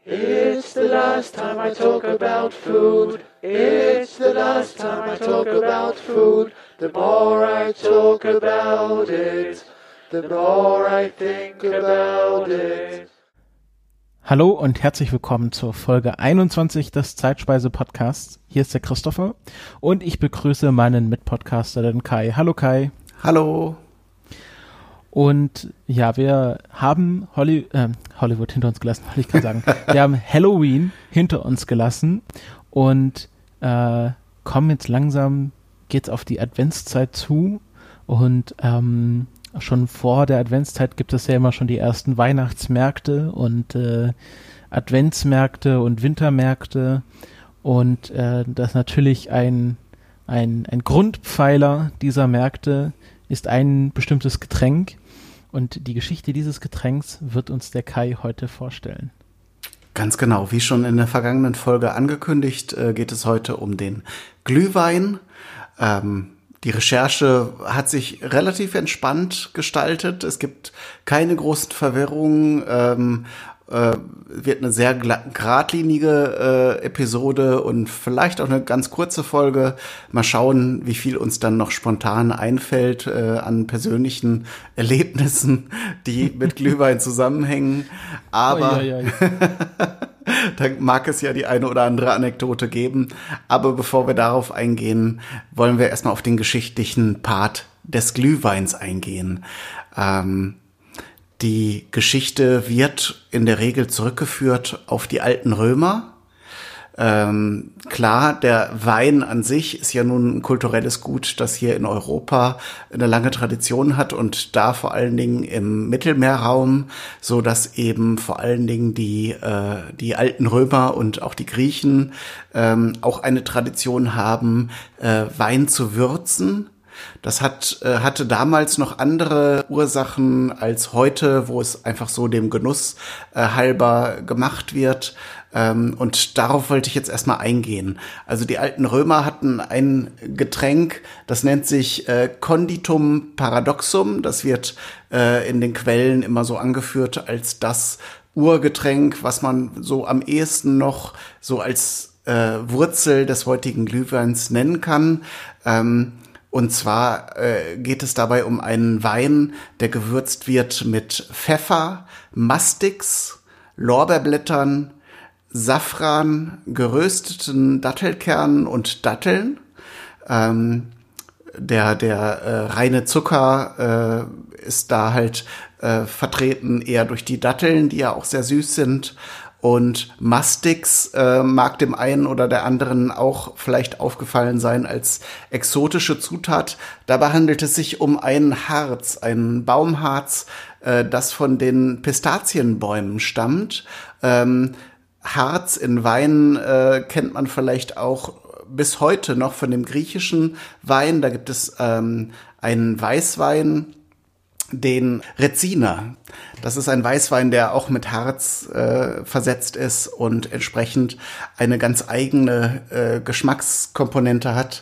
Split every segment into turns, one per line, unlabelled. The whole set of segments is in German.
It's the last time I talk about food. It's the last time I talk about food. The more I talk about it, the more I think about it.
Hallo und herzlich willkommen zur Folge 21 des Zeitspeise-Podcasts. Hier ist der Christopher und ich begrüße meinen Mitpodcaster, den Kai. Hallo Kai.
Hallo.
Und ja, wir haben Hollywood hinter uns gelassen, wollte ich gerade sagen. Wir haben Halloween hinter uns gelassen und kommen jetzt langsam, geht's auf die Adventszeit zu und schon vor der Adventszeit gibt es ja immer schon die ersten Weihnachtsmärkte und Adventsmärkte und Wintermärkte und das natürlich ein Grundpfeiler dieser Märkte ist ein bestimmtes Getränk und die Geschichte dieses Getränks wird uns der Kai heute vorstellen.
Ganz genau, wie schon in der vergangenen Folge angekündigt, geht es heute um den Glühwein. Die Recherche hat sich relativ entspannt gestaltet. Es gibt keine großen Verwirrungen. Wird eine sehr geradlinige Episode und vielleicht auch eine ganz kurze Folge. Mal schauen, wie viel uns dann noch spontan einfällt an persönlichen Erlebnissen, die mit Glühwein zusammenhängen. Aber da mag es ja die eine oder andere Anekdote geben. Aber bevor wir darauf eingehen, wollen wir erstmal auf den geschichtlichen Part des Glühweins eingehen. Die Geschichte wird in der Regel zurückgeführt auf die alten Römer. Klar, der Wein an sich ist ja nun ein kulturelles Gut, das hier in Europa eine lange Tradition hat und da vor allen Dingen im Mittelmeerraum, so dass eben vor allen Dingen die alten Römer und auch die Griechen auch eine Tradition haben, Wein zu würzen. Das hatte damals noch andere Ursachen als heute, wo es einfach so dem Genuss halber gemacht wird. Und darauf wollte ich jetzt erstmal eingehen. Also die alten Römer hatten ein Getränk, das nennt sich Conditum Paradoxum. Das wird in den Quellen immer so angeführt als das Urgetränk, was man so am ehesten noch so als Wurzel des heutigen Glühweins nennen kann. Und zwar geht es dabei um einen Wein, der gewürzt wird mit Pfeffer, Mastix, Lorbeerblättern, Safran, gerösteten Dattelkernen und Datteln. Der reine Zucker ist da halt vertreten eher durch die Datteln, die ja auch sehr süß sind. Und Mastix mag dem einen oder der anderen auch vielleicht aufgefallen sein als exotische Zutat. Dabei handelt es sich um ein Harz, ein Baumharz, das von den Pistazienbäumen stammt. Harz in Wein kennt man vielleicht auch bis heute noch von dem griechischen Wein. Da gibt es einen Weißwein, den Rezina. Das ist ein Weißwein, der auch mit Harz versetzt ist und entsprechend eine ganz eigene Geschmackskomponente hat.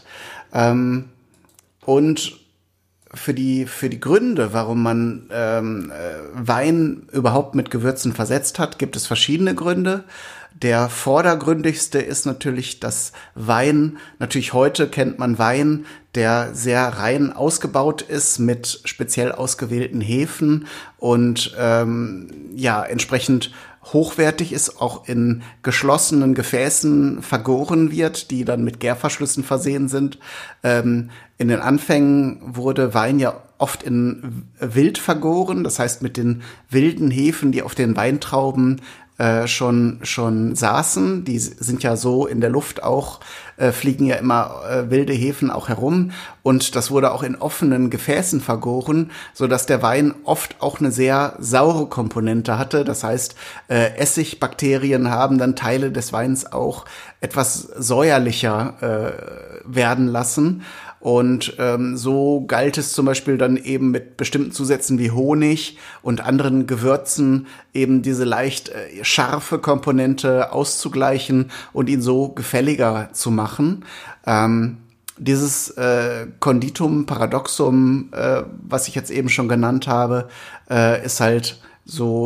Und für die Gründe, warum man Wein überhaupt mit Gewürzen versetzt hat, gibt es verschiedene Gründe. Der vordergründigste ist natürlich, dass Wein, natürlich heute kennt man Wein, der sehr rein ausgebaut ist mit speziell ausgewählten Hefen und entsprechend hochwertig ist, auch in geschlossenen Gefäßen vergoren wird, die dann mit Gärverschlüssen versehen sind. In den Anfängen wurde Wein ja oft in Wild vergoren, das heißt mit den wilden Hefen, die auf den Weintrauben schon saßen. Die sind ja so in der Luft auch, fliegen ja immer wilde Hefen auch herum. Und das wurde auch in offenen Gefäßen vergoren, so dass der Wein oft auch eine sehr saure Komponente hatte. Das heißt, Essigbakterien haben dann Teile des Weins auch etwas säuerlicher werden lassen. Und so galt es zum Beispiel dann eben mit bestimmten Zusätzen wie Honig und anderen Gewürzen eben diese leicht scharfe Komponente auszugleichen und ihn so gefälliger zu machen. Dieses Conditum Paradoxum, was ich jetzt eben schon genannt habe, ist halt so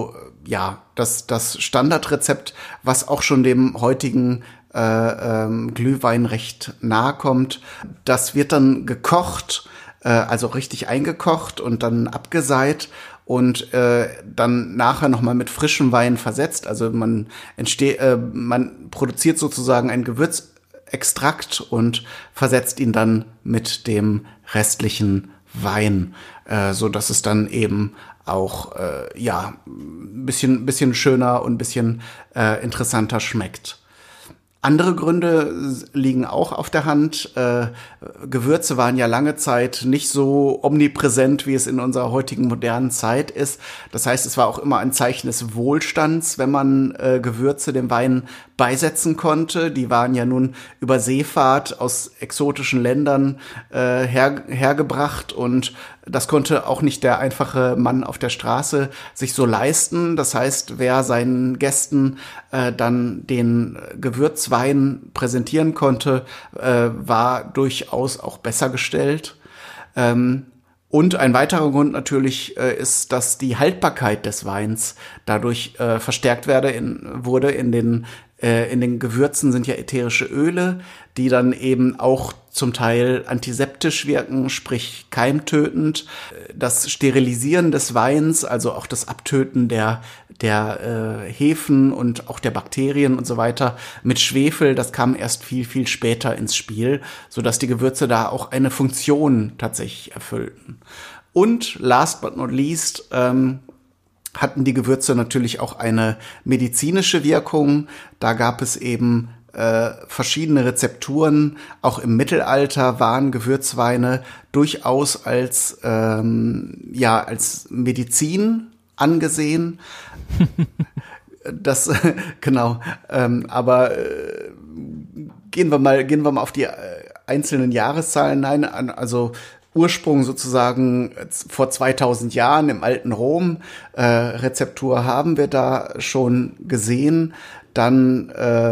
das Standardrezept, was auch schon dem heutigen Glühwein recht nahe kommt. Das wird dann gekocht, also richtig eingekocht und dann abgeseit und dann nachher nochmal mit frischem Wein versetzt. Also man produziert sozusagen ein Gewürzextrakt und versetzt ihn dann mit dem restlichen Wein, so dass es dann eben auch ein bisschen schöner und ein bisschen interessanter schmeckt. Andere Gründe liegen auch auf der Hand. Gewürze waren ja lange Zeit nicht so omnipräsent, wie es in unserer heutigen modernen Zeit ist. Das heißt, es war auch immer ein Zeichen des Wohlstands, wenn man Gewürze dem Wein beisetzen konnte. Die waren ja nun über Seefahrt aus exotischen Ländern hergebracht und das konnte auch nicht der einfache Mann auf der Straße sich so leisten. Das heißt, wer seinen Gästen dann den Gewürzwein präsentieren konnte, war durchaus auch besser gestellt. Und ein weiterer Grund natürlich ist, dass die Haltbarkeit des Weins dadurch verstärkt wurde. In den Gewürzen sind ja ätherische Öle, die dann eben auch zum Teil antiseptisch wirken, sprich keimtötend. Das Sterilisieren des Weins, also auch das Abtöten der Hefen und auch der Bakterien und so weiter mit Schwefel, das kam erst viel, viel später ins Spiel, sodass die Gewürze da auch eine Funktion tatsächlich erfüllten. Und last but not least hatten die Gewürze natürlich auch eine medizinische Wirkung. Da gab es eben verschiedene Rezepturen. Auch im Mittelalter waren Gewürzweine durchaus als Medizin angesehen. Das genau. Aber gehen wir mal auf die einzelnen Jahreszahlen ein. Also Ursprung sozusagen vor 2000 Jahren im alten Rom. Rezeptur haben wir da schon gesehen. Dann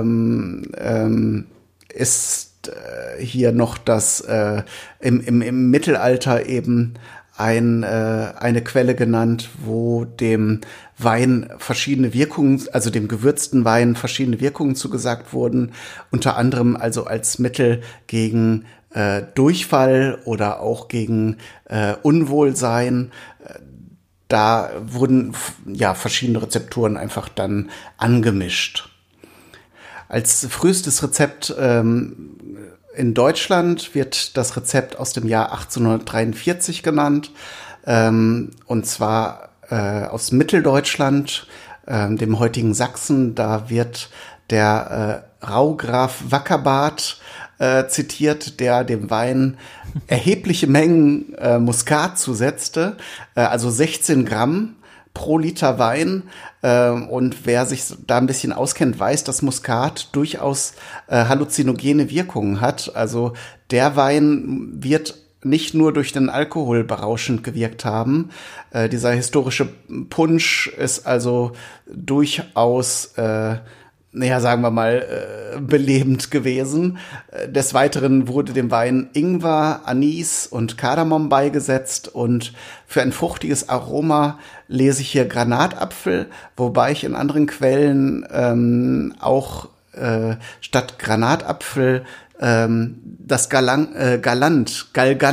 ist hier noch das im Mittelalter eben eine Quelle genannt, wo dem Wein verschiedene Wirkungen, also dem gewürzten Wein verschiedene Wirkungen zugesagt wurden, unter anderem also als Mittel gegen Durchfall oder auch gegen Unwohlsein. Da wurden verschiedene Rezepturen einfach dann angemischt. Als frühestes Rezept in Deutschland wird das Rezept aus dem Jahr 1843 genannt, und zwar aus Mitteldeutschland, dem heutigen Sachsen. Da wird der Raugraf Wackerbarth zitiert, der dem Wein erhebliche Mengen Muskat zusetzte, also 16 Gramm pro Liter Wein. Und wer sich da ein bisschen auskennt, weiß, dass Muskat durchaus halluzinogene Wirkungen hat. Also der Wein wird nicht nur durch den Alkohol berauschend gewirkt haben. Dieser historische Punsch ist also durchaus sagen wir mal, belebend gewesen. Des Weiteren wurde dem Wein Ingwer, Anis und Kardamom beigesetzt und für ein fruchtiges Aroma lese ich hier Granatapfel, wobei ich in anderen Quellen auch statt Granatapfel das Galgant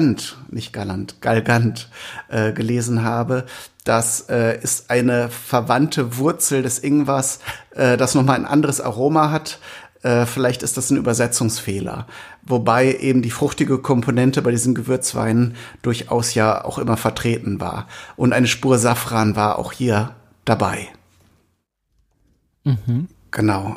gelesen habe. Das ist eine verwandte Wurzel des Ingwers, das nochmal ein anderes Aroma hat. Vielleicht ist das ein Übersetzungsfehler. Wobei eben die fruchtige Komponente bei diesen Gewürzweinen durchaus ja auch immer vertreten war. Und eine Spur Safran war auch hier dabei.
Mhm.
Genau.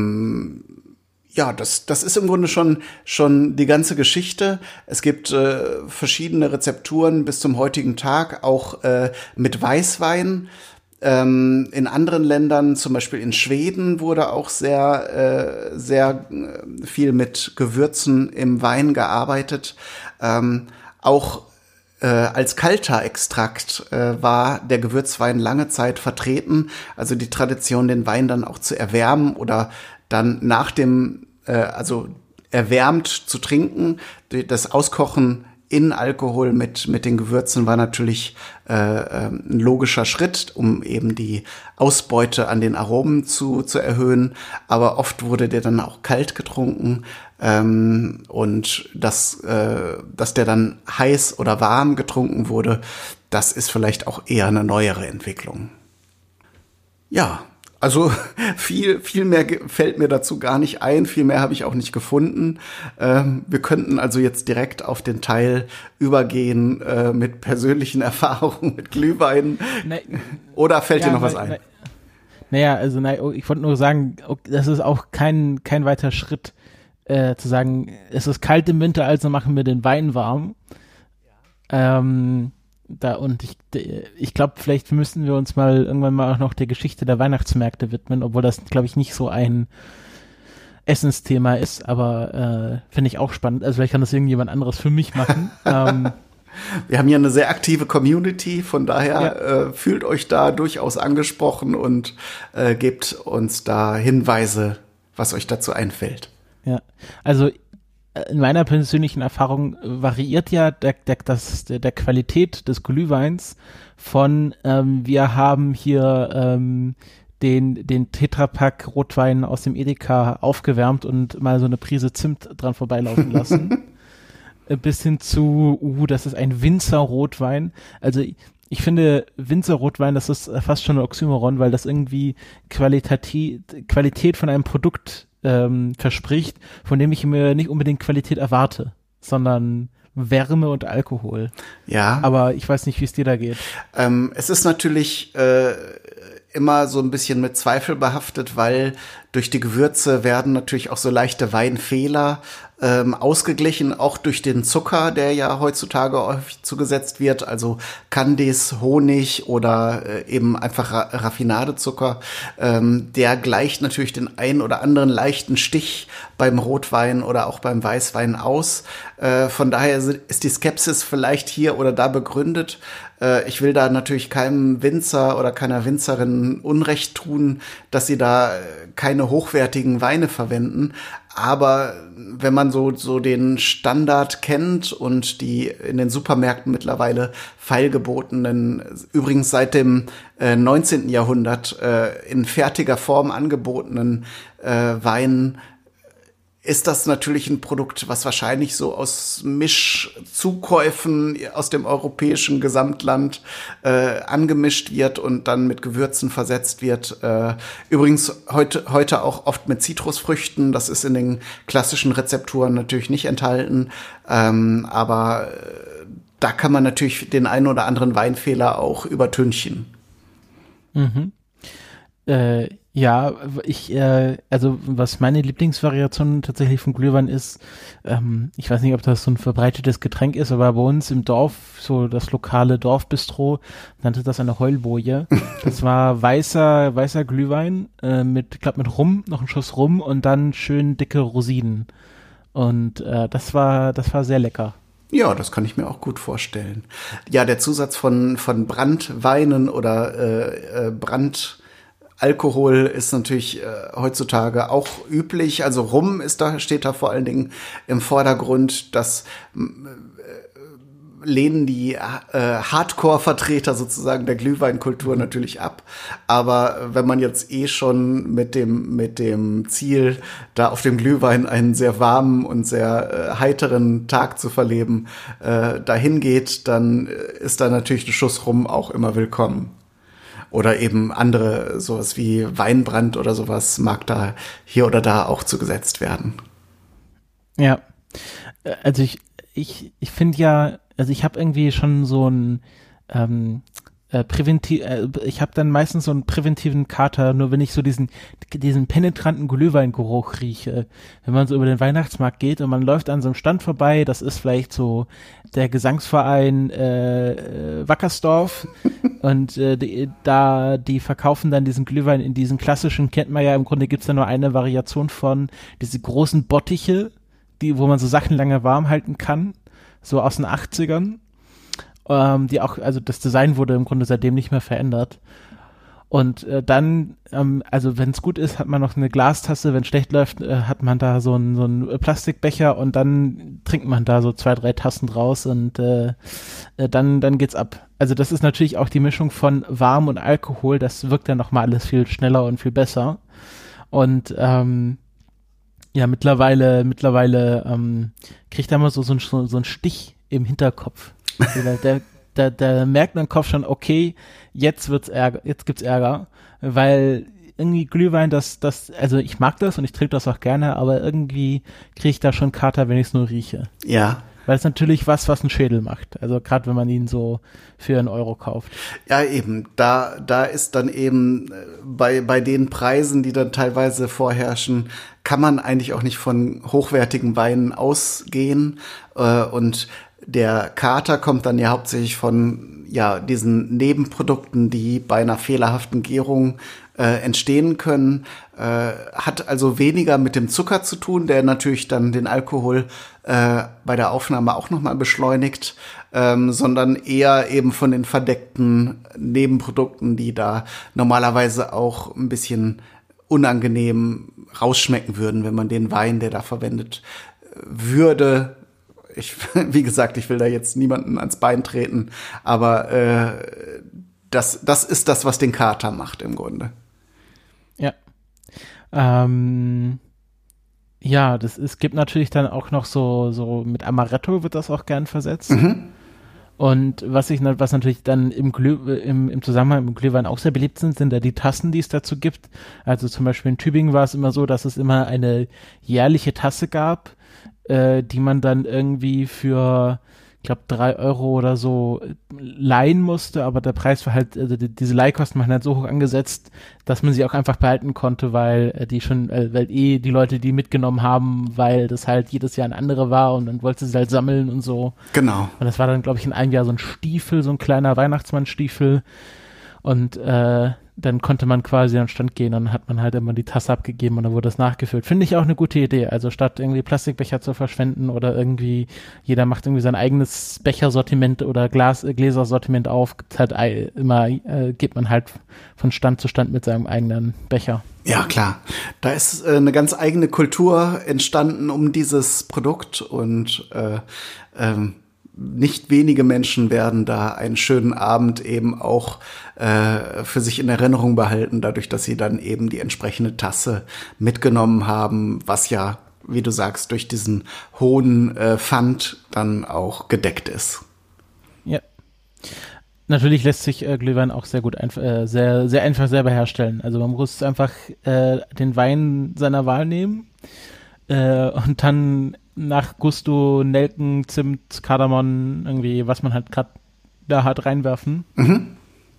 Das ist im Grunde schon die ganze Geschichte. Es gibt verschiedene Rezepturen bis zum heutigen Tag, auch mit Weißwein. In anderen Ländern, zum Beispiel in Schweden, wurde auch sehr viel mit Gewürzen im Wein gearbeitet. Auch als kalter Extrakt war der Gewürzwein lange Zeit vertreten. Also die Tradition, den Wein dann auch zu erwärmen oder dann nach dem erwärmt zu trinken. Das Auskochen in Alkohol mit den Gewürzen war natürlich ein logischer Schritt, um eben die Ausbeute an den Aromen zu erhöhen. Aber oft wurde der dann auch kalt getrunken. Und dass der dann heiß oder warm getrunken wurde, das ist vielleicht auch eher eine neuere Entwicklung. Ja, also viel mehr fällt mir dazu gar nicht ein, viel mehr habe ich auch nicht gefunden. Wir könnten also jetzt direkt auf den Teil übergehen mit persönlichen Erfahrungen mit Glühwein. Oder fällt dir noch was ein?
Ich wollte nur sagen, das ist auch kein weiter Schritt, zu sagen, es ist kalt im Winter, also machen wir den Wein warm. Ich glaube, vielleicht müssen wir uns mal irgendwann mal auch noch der Geschichte der Weihnachtsmärkte widmen, obwohl das, glaube ich, nicht so ein Essensthema ist, aber finde ich auch spannend. Also vielleicht kann das irgendjemand anderes für mich machen.
Wir haben hier eine sehr aktive Community, von daher fühlt euch da durchaus angesprochen und gebt uns da Hinweise, was euch dazu einfällt.
Ja, also in meiner persönlichen Erfahrung variiert ja der Qualität des Glühweins von wir haben hier den Tetrapack Rotwein aus dem Edeka aufgewärmt und mal so eine Prise Zimt dran vorbeilaufen lassen, bis hin zu, das ist ein Winzer-Rotwein. Also ich finde Winzer-Rotwein, das ist fast schon ein Oxymoron, weil das irgendwie Qualität von einem Produkt verspricht, von dem ich mir nicht unbedingt Qualität erwarte, sondern Wärme und Alkohol.
Ja.
Aber ich weiß nicht, wie es dir da geht.
Es ist natürlich immer so ein bisschen mit Zweifel behaftet, weil durch die Gewürze werden natürlich auch so leichte Weinfehler ausgeglichen, auch durch den Zucker, der ja heutzutage häufig zugesetzt wird, also Kandis, Honig oder eben einfach Raffinadezucker, der gleicht natürlich den ein oder anderen leichten Stich beim Rotwein oder auch beim Weißwein aus. Von daher ist die Skepsis vielleicht hier oder da begründet. Ich will da natürlich keinem Winzer oder keiner Winzerin Unrecht tun, dass sie da keine hochwertigen Weine verwenden. Aber wenn man so den Standard kennt und die in den Supermärkten mittlerweile feilgebotenen, übrigens seit dem 19. Jahrhundert in fertiger Form angebotenen Weinen, ist das natürlich ein Produkt, was wahrscheinlich so aus Mischzukäufen aus dem europäischen Gesamtland angemischt wird und dann mit Gewürzen versetzt wird. Übrigens heute auch oft mit Zitrusfrüchten. Das ist in den klassischen Rezepturen natürlich nicht enthalten. Aber da kann man natürlich den einen oder anderen Weinfehler auch übertünchen.
Mhm. Ja, also was meine Lieblingsvariation tatsächlich von Glühwein ist, ich weiß nicht, ob das so ein verbreitetes Getränk ist, aber bei uns im Dorf, so das lokale Dorfbistro, nannte das eine Heulboje. Das war weißer Glühwein mit Rum, noch ein Schuss Rum und dann schön dicke Rosinen. Und das war sehr lecker.
Ja, das kann ich mir auch gut vorstellen. Ja, der Zusatz von Brandweinen oder Alkohol ist natürlich heutzutage auch üblich. Also Rum steht da vor allen Dingen im Vordergrund. Das lehnen die Hardcore-Vertreter sozusagen der Glühweinkultur natürlich ab. Aber wenn man jetzt schon mit dem Ziel, da auf dem Glühwein einen sehr warmen und sehr heiteren Tag zu verleben, dahin geht, dann ist da natürlich ein Schuss Rum auch immer willkommen. Oder eben andere, sowas wie Weinbrand oder sowas, mag da hier oder da auch zugesetzt werden.
Ja, also ich finde ja, also ich habe irgendwie schon so ein ich habe dann meistens so einen präventiven Kater, nur wenn ich so diesen penetranten Glühweingeruch rieche. Wenn man so über den Weihnachtsmarkt geht und man läuft an so einem Stand vorbei, das ist vielleicht so der Gesangsverein Wackersdorf und die verkaufen dann diesen Glühwein in diesen klassischen, kennt man ja, im Grunde gibt's da nur eine Variation von, diese großen Bottiche, wo man so Sachen lange warm halten kann, so aus den 80ern. Die auch, also das Design wurde im Grunde seitdem nicht mehr verändert. Und dann, also wenn es gut ist, hat man noch eine Glastasse, wenn es schlecht läuft, hat man da so einen Plastikbecher und dann trinkt man da so 2, 3 Tassen draus und dann geht's ab. Also das ist natürlich auch die Mischung von warm und Alkohol, das wirkt dann nochmal alles viel schneller und viel besser. Und ja, mittlerweile kriegt er mal so einen Stich im Hinterkopf. Da merkt man im Kopf schon, okay, jetzt gibt's Ärger, weil irgendwie Glühwein, also ich mag das und ich trinke das auch gerne, aber irgendwie kriege ich da schon Kater, wenn ich es nur rieche.
Ja.
Weil es natürlich was einen Schädel macht. Also gerade wenn man ihn so für 1 Euro kauft.
Ja, eben. Da ist dann eben bei den Preisen, die dann teilweise vorherrschen, kann man eigentlich auch nicht von hochwertigen Weinen ausgehen. Und der Kater kommt dann ja hauptsächlich von diesen Nebenprodukten, die bei einer fehlerhaften Gärung entstehen können, hat also weniger mit dem Zucker zu tun, der natürlich dann den Alkohol bei der Aufnahme auch nochmal beschleunigt, sondern eher eben von den verdeckten Nebenprodukten, die da normalerweise auch ein bisschen unangenehm rausschmecken würden, wenn man den Wein, der da verwendet würde, wie gesagt, ich will da jetzt niemanden ans Bein treten, aber das ist das, was den Kater macht im Grunde.
Ja. Ja, es gibt natürlich dann auch noch so mit Amaretto wird das auch gern versetzt.
Mhm.
Und was natürlich dann im Zusammenhang mit Glühwein auch sehr beliebt sind ja die Tassen, die es dazu gibt. Also zum Beispiel in Tübingen war es immer so, dass es immer eine jährliche Tasse gab, die man dann irgendwie für, ich glaube, 3 Euro oder so leihen musste, aber der Preis war halt, also diese Leihkosten waren halt so hoch angesetzt, dass man sie auch einfach behalten konnte, weil die Leute die mitgenommen haben, weil das halt jedes Jahr eine andere war und dann wollte sie halt sammeln und so.
Genau.
Und das war dann, glaube ich, in einem Jahr so ein Stiefel, so ein kleiner Weihnachtsmannstiefel und dann konnte man quasi an den Stand gehen und dann hat man halt immer die Tasse abgegeben und dann wurde das nachgefüllt. Finde ich auch eine gute Idee. Also statt irgendwie Plastikbecher zu verschwenden oder irgendwie, jeder macht irgendwie sein eigenes Bechersortiment oder Gläsersortiment auf, gibt's halt geht man halt von Stand zu Stand mit seinem eigenen Becher.
Ja, klar. Da ist eine ganz eigene Kultur entstanden um dieses Produkt und nicht wenige Menschen werden da einen schönen Abend eben auch für sich in Erinnerung behalten, dadurch, dass sie dann eben die entsprechende Tasse mitgenommen haben, was ja, wie du sagst, durch diesen hohen Pfand dann auch gedeckt ist.
Ja. Natürlich lässt sich Glühwein auch sehr gut sehr, sehr einfach selber herstellen. Also man muss einfach den Wein seiner Wahl nehmen und dann nach Gusto Nelken, Zimt, Kardamom, irgendwie, was man halt gerade da hat, reinwerfen.
Mhm.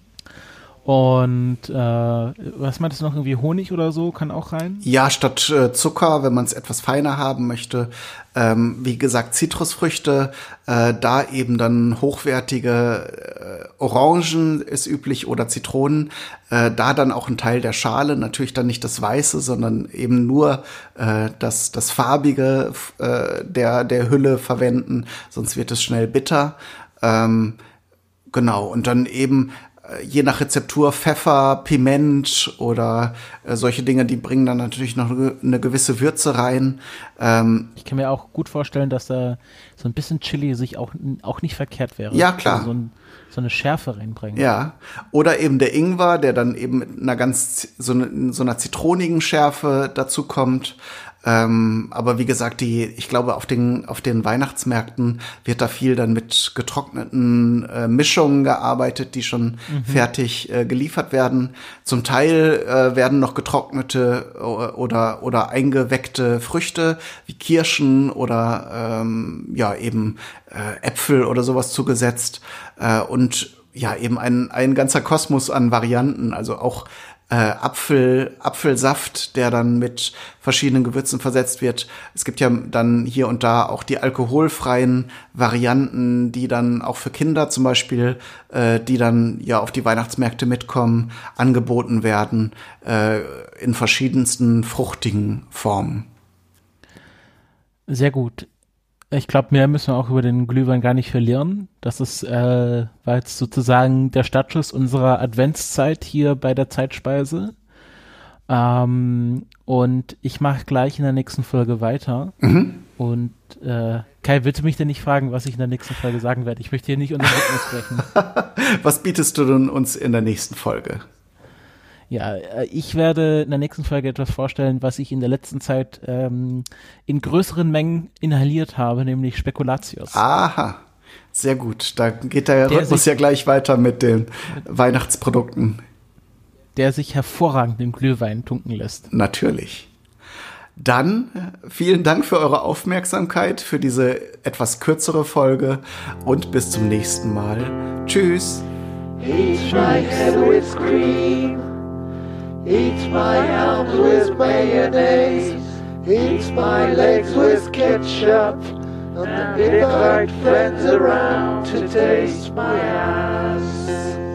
Und was meintest du noch, irgendwie Honig oder so kann auch rein?
Ja, statt Zucker, wenn man es etwas feiner haben möchte. Wie gesagt, Zitrusfrüchte, da eben dann hochwertige Orangen ist üblich oder Zitronen. Da dann auch ein Teil der Schale, natürlich dann nicht das Weiße, sondern eben nur das Farbige der Hülle verwenden, sonst wird es schnell bitter. Genau, und dann eben je nach Rezeptur Pfeffer, Piment oder solche Dinge, die bringen dann natürlich noch eine gewisse Würze rein.
Ich kann mir auch gut vorstellen, dass da so ein bisschen Chili sich auch nicht verkehrt wäre.
Ja, klar.
Also so eine Schärfe reinbringen.
Ja, oder eben der Ingwer, der dann eben mit einer so einer zitronigen Schärfe dazu kommt. Aber wie gesagt, ich glaube, auf den Weihnachtsmärkten wird da viel dann mit getrockneten Mischungen gearbeitet, die schon fertig geliefert werden. Zum Teil werden noch getrocknete oder eingeweckte Früchte wie Kirschen oder eben Äpfel oder sowas zugesetzt. Und ja, eben ein ganzer Kosmos an Varianten, also auch Apfelsaft, der dann mit verschiedenen Gewürzen versetzt wird. Es gibt ja dann hier und da auch die alkoholfreien Varianten, die dann auch für Kinder zum Beispiel, die dann ja auf die Weihnachtsmärkte mitkommen, angeboten werden, in verschiedensten fruchtigen Formen.
Sehr gut. Ich glaube, mehr müssen wir auch über den Glühwein gar nicht verlieren. Das ist, war jetzt sozusagen der Startschuss unserer Adventszeit hier bei der Zeitspeise. Und ich mache gleich in der nächsten Folge weiter. Und Kai, willst du mich denn nicht fragen, was ich in der nächsten Folge sagen werde? Ich möchte hier nicht unter den Rhythmus brechen.
Was bietest du denn uns in der nächsten Folge?
Ja, ich werde in der nächsten Folge etwas vorstellen, was ich in der letzten Zeit in größeren Mengen inhaliert habe, nämlich Spekulatius.
Aha, sehr gut. Da geht der Rhythmus ja gleich weiter mit den Weihnachtsprodukten.
Der sich hervorragend im Glühwein tunken lässt.
Natürlich. Dann vielen Dank für eure Aufmerksamkeit, für diese etwas kürzere Folge und bis zum nächsten Mal. Tschüss.
Eat my head with cream. Eat my arms with mayonnaise. Eat my legs with ketchup. And invite friends around to taste my ass.